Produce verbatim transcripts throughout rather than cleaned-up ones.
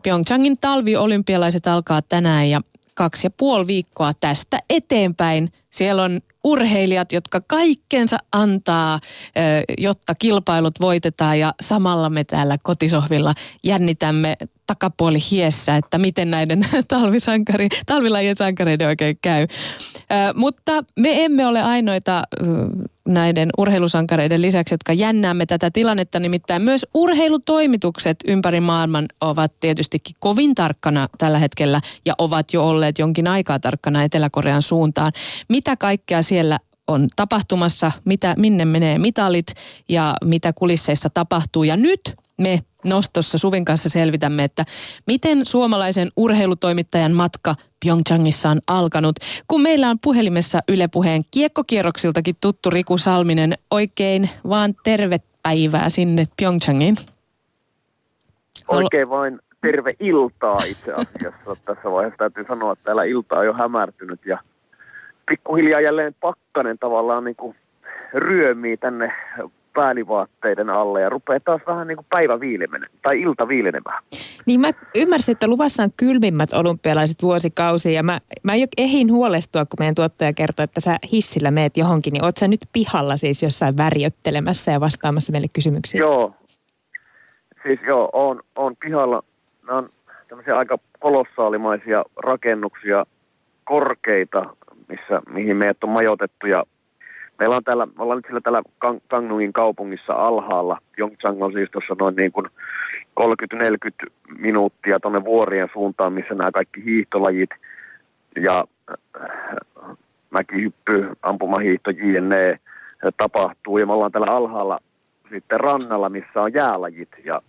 Pyeongchangin talviolympialaiset alkaa tänään ja kaksi ja puoli viikkoa tästä eteenpäin. Siellä on urheilijat, jotka kaikkensa antaa, jotta kilpailut voitetaan ja samalla me täällä kotisohvilla jännitämme takapuoli hiessä, että miten näiden talvisankari, talvilajien sankareiden oikein käy. Mutta me emme ole ainoita näiden urheilusankareiden lisäksi, jotka jännäämme tätä tilannetta. Nimittäin myös urheilutoimitukset ympäri maailman ovat tietystikin kovin tarkkana tällä hetkellä ja ovat jo olleet jonkin aikaa tarkkana Etelä-Korean suuntaan. Mitä kaikkea siellä on tapahtumassa, mitä, minne menee mitalit ja mitä kulisseissa tapahtuu. Ja nyt me Nostossa Suvin kanssa selvitämme, että miten suomalaisen urheilutoimittajan matka Pyeongchangissa on alkanut. Kun meillä on puhelimessa Yle Puheen kiekkokierroksiltakin tuttu Riku Salminen, oikein vaan tervepäivää sinne Pyeongchangiin. Oikein vain terve iltaa itse asiassa. Tässä vaiheessa täytyy sanoa, että täällä ilta on jo hämärtynyt ja pikkuhiljaa jälleen pakkanen tavallaan niin kuin ryömii tänne päälivaatteiden alle ja rupeaa taas vähän niin kuin päivä viileminen tai ilta viilenemään. Niin mä ymmärsin, että luvassa on kylmimmät olympialaiset vuosikausia ja mä, mä jo ehdin huolestua, kun meidän tuottaja kertoi, että sä hissillä meet johonkin, niin oot sä nyt pihalla siis jossain värjöttelemässä ja vastaamassa meille kysymyksiin? Joo, siis joo, on, on pihalla. Nämä on tämmöisiä aika kolossaalimaisia rakennuksia, korkeita, missä, mihin meidät on majoitettu ja meillä on täällä, me ollaan nyt sillä täällä Gangneungin kaupungissa alhaalla. Pyeongchang on siis tuossa noin niin kuin kolmekymmentä neljäkymmentä minuuttia tuonne vuorien suuntaan, missä nämä kaikki hiihtolajit ja mäkihyppy, ampumahiihto, jne. tapahtuu. Ja me ollaan täällä alhaalla sitten rannalla, missä on jäälajit. Ja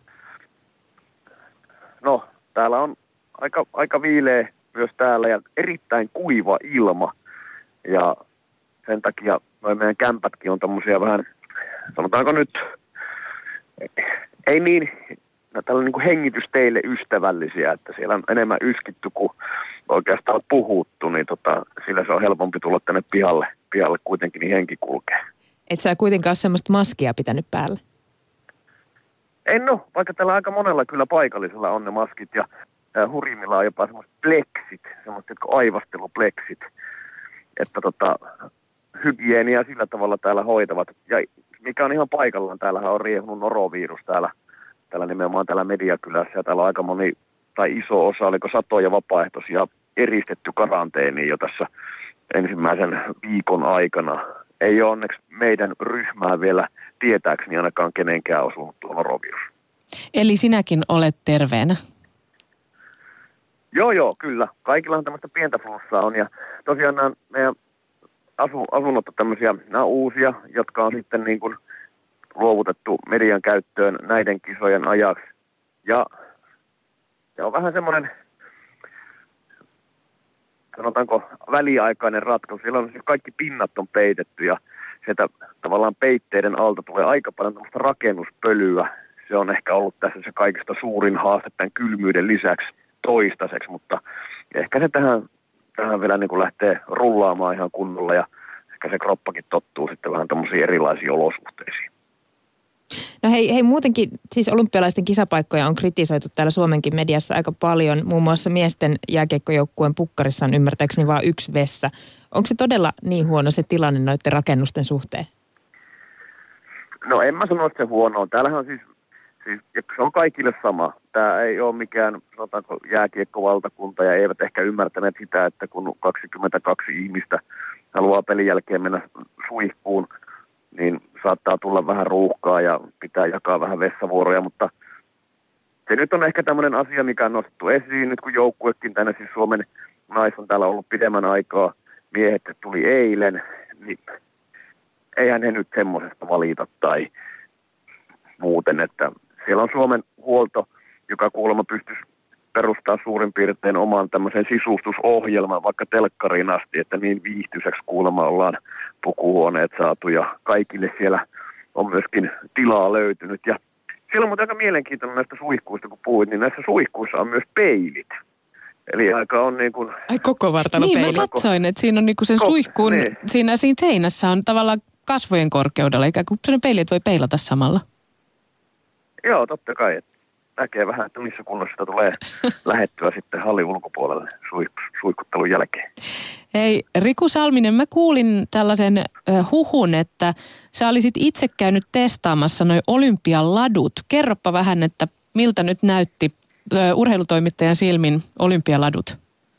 no, täällä on aika, aika viileä myös täällä ja erittäin kuiva ilma. Ja sen takia noi meidän kämpätkin on tommosia vähän, sanotaanko nyt, ei niin, no tällä niin kuin hengitysteille ystävällisiä, että siellä on enemmän yskitty kuin oikeastaan puhuttu, niin tota, sillä se on helpompi tulla tänne pihalle, pihalle kuitenkin, niin henki kulkee. Et sä kuitenkaan ole semmoista maskia pitänyt päällä? En ole, vaikka täällä aika monella kyllä paikallisella on ne maskit ja äh, hurimmilla on jopa semmoiset pleksit, semmoiset jotka aivastelupleksit, että tota, hygienia sillä tavalla täällä hoitavat. Ja mikä on ihan paikallaan, täällähän on riehunut norovirus täällä, täällä nimenomaan täällä Mediakylässä ja täällä on aika moni tai iso osa, oliko satoja vapaaehtoisia eristetty karanteeniin jo tässä ensimmäisen viikon aikana. Ei ole onneksi meidän ryhmää vielä tietääkseni ainakaan kenenkään osunut tuo norovirus. Eli sinäkin olet terveenä? Joo, joo, kyllä. Kaikillahan tämmöistä pientä flussaa on ja tosiaan nämä meidän asu, asunnot on tämmöisiä, nämä on uusia, jotka on sitten niin kuin luovutettu median käyttöön näiden kisojen ajaksi. Ja se on vähän semmoinen, sanotaanko, väliaikainen ratkaisu. Siellä on siis kaikki pinnat on peitetty ja sieltä tavallaan peitteiden alta tulee aika paljon tämmöistä rakennuspölyä. Se on ehkä ollut tässä se kaikista suurin haaste tämän kylmyyden lisäksi toistaiseksi, mutta ehkä se tähän, tähän vielä niin kuin lähtee rullaamaan ihan kunnolla ja ehkä se kroppakin tottuu sitten vähän tämmöisiin erilaisiin olosuhteisiin. No hei, hei muutenkin, siis olympialaisten kisapaikkoja on kritisoitu täällä Suomenkin mediassa aika paljon. Muun muassa miesten jääkiekkojoukkueen pukkarissa on ymmärtääkseni vain yksi vessa. Onko se todella niin huono se tilanne noiden rakennusten suhteen? No en mä sano, että se huono on. Täällähän on siis, siis se on kaikille sama. Tämä ei ole mikään, sanotaanko, jääkiekkovaltakunta ja eivät ehkä ymmärtäneet sitä, että kun kaksikymmentäkaksi ihmistä haluaa pelin jälkeen mennä suihkuun, niin saattaa tulla vähän ruuhkaa ja pitää jakaa vähän vessavuoroja, mutta se nyt on ehkä tämmöinen asia, mikä on nostettu esiin nyt kun joukkuekin tänne, siis Suomen nais on täällä ollut pidemmän aikaa, miehet tuli eilen, niin eihän he nyt semmoisesta valita tai muuten, että siellä on Suomen huolto, joka kuulemma pystyisi perustaa suurin piirtein oman tämmöisen sisustusohjelman vaikka telkkariin asti, että niin viihtyiseksi kuulemma ollaan pukuhuoneet saatu ja kaikille siellä on myöskin tilaa löytynyt. Ja siellä on muuten aika mielenkiintoinen näistä suihkuista, kun puhuit, niin näissä suihkuissa on myös peilit. Eli aika on niin kuin... Ai koko vartalopeili. Niin mä katsoin, että siinä on niin kuin sen Kok, suihkuun, niin. siinä, siinä seinässä on tavallaan kasvojen korkeudella, ikään kuin sellainen peili, että voi peilata samalla. Joo, totta kai. näkee vähän, että missä kunnossa sitä tulee lähettyä sitten hallin ulkopuolelle suihkuttelun jälkeen. Hei, Riku Salminen, mä kuulin tällaisen ö, huhun, että sä olisit itse käynyt testaamassa noi olympialadut. Kerropa vähän, että miltä nyt näytti ö, urheilutoimittajan silmin olympialadut?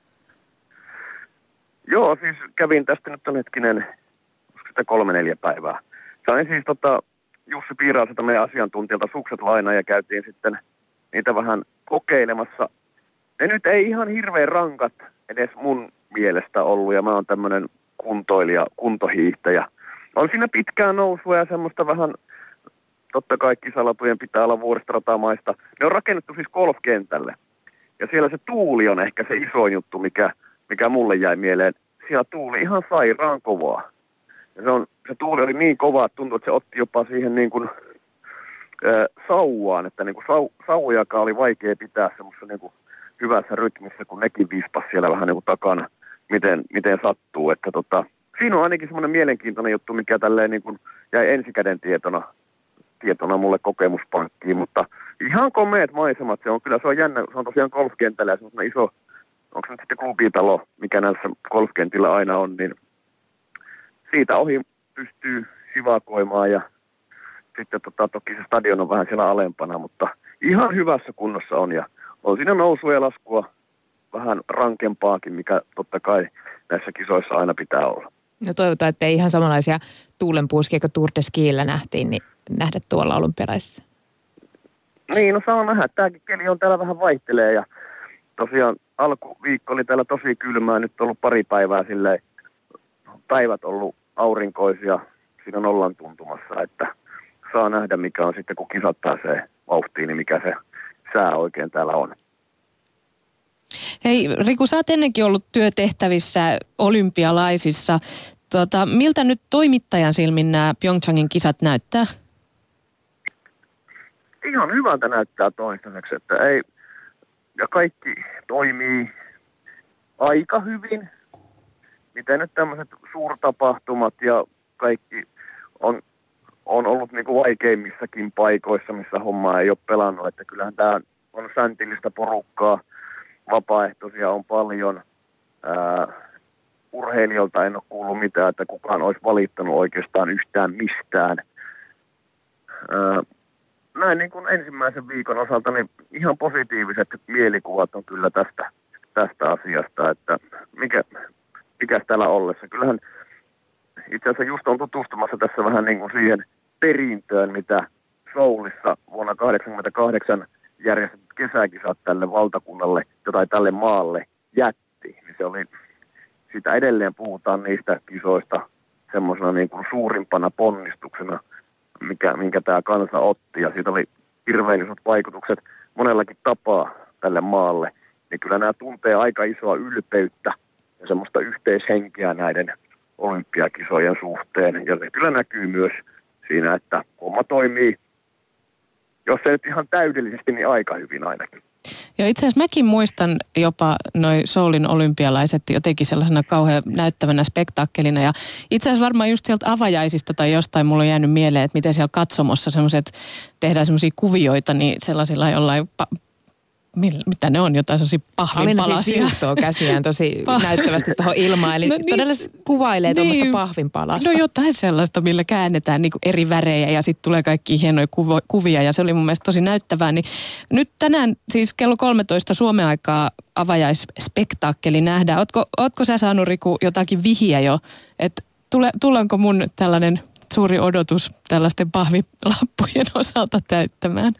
Joo, siis kävin tästä nyt on hetkinen, sitä kolme neljä päivää. Sain siis tota Jussi Piirauselta meidän asiantuntijalta sukset lainaan ja käytiin sitten niitä vähän kokeilemassa. Ne nyt ei ihan hirveän rankat edes mun mielestä ollut ja mä oon tämmönen kuntoilija, kuntohiihtäjä. On siinä pitkää nousua ja semmoista vähän, totta kai kisalatujen pitää olla vuoristoratamaista. Ne on rakennettu siis golfkentälle. Ja siellä se tuuli on ehkä se isoin juttu, mikä, mikä mulle jäi mieleen. Siellä tuuli ihan sairaan kovaa. Ja se, on, se tuuli oli niin kova, että tuntui, että se otti jopa siihen niin kuin äh, sauvaan, että niin kuin sau, saujakaan oli vaikea pitää semmoisessa niin kuin hyvässä rytmissä, kun nekin vispas siellä vähän niin kuin takana, miten, miten sattuu. Että tota, siinä on ainakin semmoinen mielenkiintoinen juttu, mikä tälleen niin kuin jäi ensikäden tietona, tietona mulle kokemuspankkiin, mutta ihan komeet maisemat. Se on kyllä, se on jännä, se on tosiaan golfkentällä ja semmoinen iso, onko se nyt sitten klubitalo, mikä näissä golfkentillä aina on, niin siitä ohi pystyy sivakoimaan ja sitten tota, toki se stadion on vähän siellä alempana, mutta ihan hyvässä kunnossa on ja on siinä nousua ja laskua vähän rankempaakin, mikä totta kai näissä kisoissa aina pitää olla. No toivotaan, että ei ihan samanlaisia tuulenpuuskia kuin Tour de Skillä nähtiin, niin nähdä tuolla olympialaisissa. Niin, no saa nähdä. Tämäkin keli on täällä vähän vaihtelee ja tosiaan alkuviikko oli täällä tosi kylmää, nyt on ollut pari päivää silleen, päivät ollut aurinkoisia siinä nollan tuntumassa, että saa nähdä mikä on sitten kun kisat pääsee vauhtiin, niin mikä se sää oikein täällä on. Hei Riku, sä oot ennenkin ollut työtehtävissä olympialaisissa. Tota, miltä nyt toimittajan silmin nämä Pyeongchangin kisat näyttää? Ihan hyvältä näyttää toistaiseksi, että ei, ja kaikki toimii aika hyvin. Miten nyt tämmöiset suurtapahtumat ja kaikki on, on ollut niinku vaikeimmissakin paikoissa, missä homma ei ole pelannut. Että kyllähän tämä on säntillistä porukkaa, vapaaehtoisia on paljon. Ää, urheilijoilta en ole kuullut mitään, että kukaan olisi valittanut oikeastaan yhtään mistään. Ää, näin niin kuin ensimmäisen viikon osalta niin ihan positiiviset mielikuvat on kyllä tästä, tästä asiasta, että mikä... mikäs täällä ollessa. Kyllähän itse asiassa just on tutustumassa tässä vähän niin kuin siihen perintöön, mitä Soulissa vuonna kahdeksankymmentäkahdeksan järjestetty kesäkisat tälle valtakunnalle tai tälle maalle jätti. Niin se oli, sitä edelleen puhutaan niistä kisoista semmoisena niin kuin suurimpana ponnistuksena, mikä, minkä tämä kansa otti. Ja siitä oli hirveän isot vaikutukset monellakin tapaa tälle maalle. Niin kyllä nämä tuntee aika isoa ylpeyttä ja semmoista yhteishenkeä näiden olympiakisojen suhteen. Ja se kyllä näkyy myös siinä, että homma toimii, jos ei nyt ihan täydellisesti, niin aika hyvin ainakin. Joo, itse asiassa mäkin muistan jopa noi Soulin olympialaiset jotenkin sellaisena kauhean näyttävänä spektaakkelina. Ja itse asiassa varmaan just sieltä avajaisista tai jostain mulla on jäänyt mieleen, että miten siellä katsomossa semmoiset, tehdään semmoisia kuvioita, niin sellaisilla jollain... Pa- mitä ne on, jotain sellaisia pahvinpalasia. Alina siis viuhtoo käsiään tosi näyttävästi tuohon ilmaan, eli no niin, todella kuvailee tuommoista niin, pahvinpalasta. No jotain sellaista, millä käännetään niin kuin eri värejä ja sitten tulee kaikki hienoja kuvo, kuvia ja se oli mun mielestä tosi näyttävää. Niin nyt tänään siis kello kolmetoista Suomen aikaa avajaisspektaakkeli nähdään. Ootko, ootko sä saanut Riku jotakin vihiä jo, että tule, tullaanko mun tällainen suuri odotus tällaisten pahvilappujen osalta täyttämään?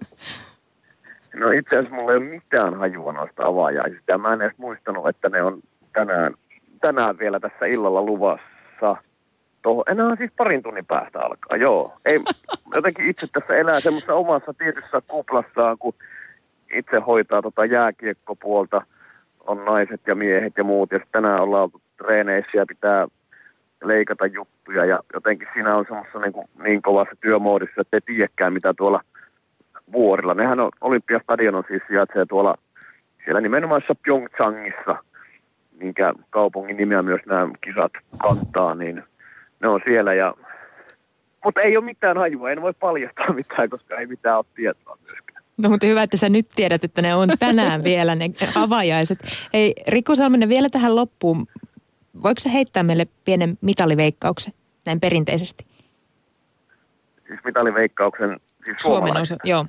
No itse asiassa mulla ei ole mitään hajua noista avaajaisista ja mä en edes muistanut, että ne on tänään, tänään vielä tässä illalla luvassa. Toho, enää siis parin tunnin päästä alkaa, joo. Ei, jotenkin itse tässä elää semmoisessa omassa tietyssä kuplassaan, kun itse hoitaa tota jääkiekkopuolta, on naiset ja miehet ja muut. Ja tänään ollaan oltu treeneissä ja pitää leikata juttuja ja jotenkin siinä on semmoisessa niin, kuin, niin kovassa työmoodissa, että ei tiedäkään mitä tuolla vuorilla. Nehän on, Olympiastadion on siis sijaitsee tuolla siellä nimenomaan Pyeongchangissa, minkä kaupungin nimeä myös nämä kisat kattaa, niin ne on siellä ja, mutta ei ole mitään hajua, en voi paljastaa mitään, koska ei mitään ole tietoa myöskään. No mutta hyvä, että sä nyt tiedät, että ne on tänään vielä ne avajaiset. Hei Riku Salminen, vielä tähän loppuun. Voiko sä heittää meille pienen mitaliveikkauksen näin perinteisesti? Siis mitaliveikkauksen, siis Suomen osa, joo.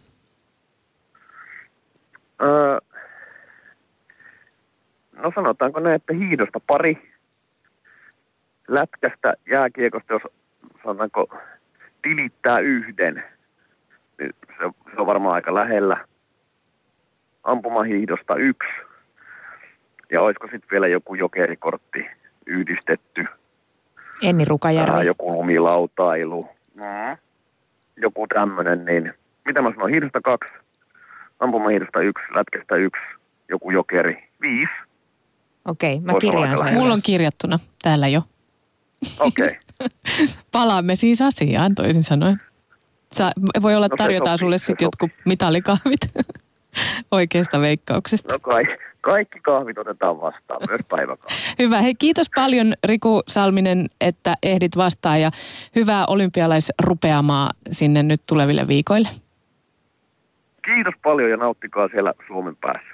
Öö, no sanotaanko näin, että hiidosta pari, lätkästä, jääkiekosta, jos sanotaanko tilittää yhden, niin se, se on varmaan aika lähellä. Ampumahiihdosta yksi. Ja olisiko sitten vielä joku jokerikortti yhdistetty? Enni Rukajärvi. Ää, joku lumilautailu. Mm. Joku tämmöinen, niin mitä mä sanoin, hiihdosta kaksi, ampumahiihdosta yksi, lätkästä yksi, joku jokeri, viisi. Okei, mä Voisi kirjaan sen. Mulla on kirjattuna täällä jo. Okei. Okay. Palaamme siis asiaan, toisin sanoen. Sa- voi olla, No se tarjotaan sopii, sulle se sitten jotkut mitalikahvit oikeasta veikkauksesta. No kai, kaikki kahvit otetaan vastaan, myös päiväkahvit. Hyvä. Hei, kiitos paljon Riku Salminen, että ehdit vastaan ja hyvää olympialaisrupeamaa sinne nyt tuleville viikoille. Kiitos paljon ja nauttikaa siellä Suomen päässä.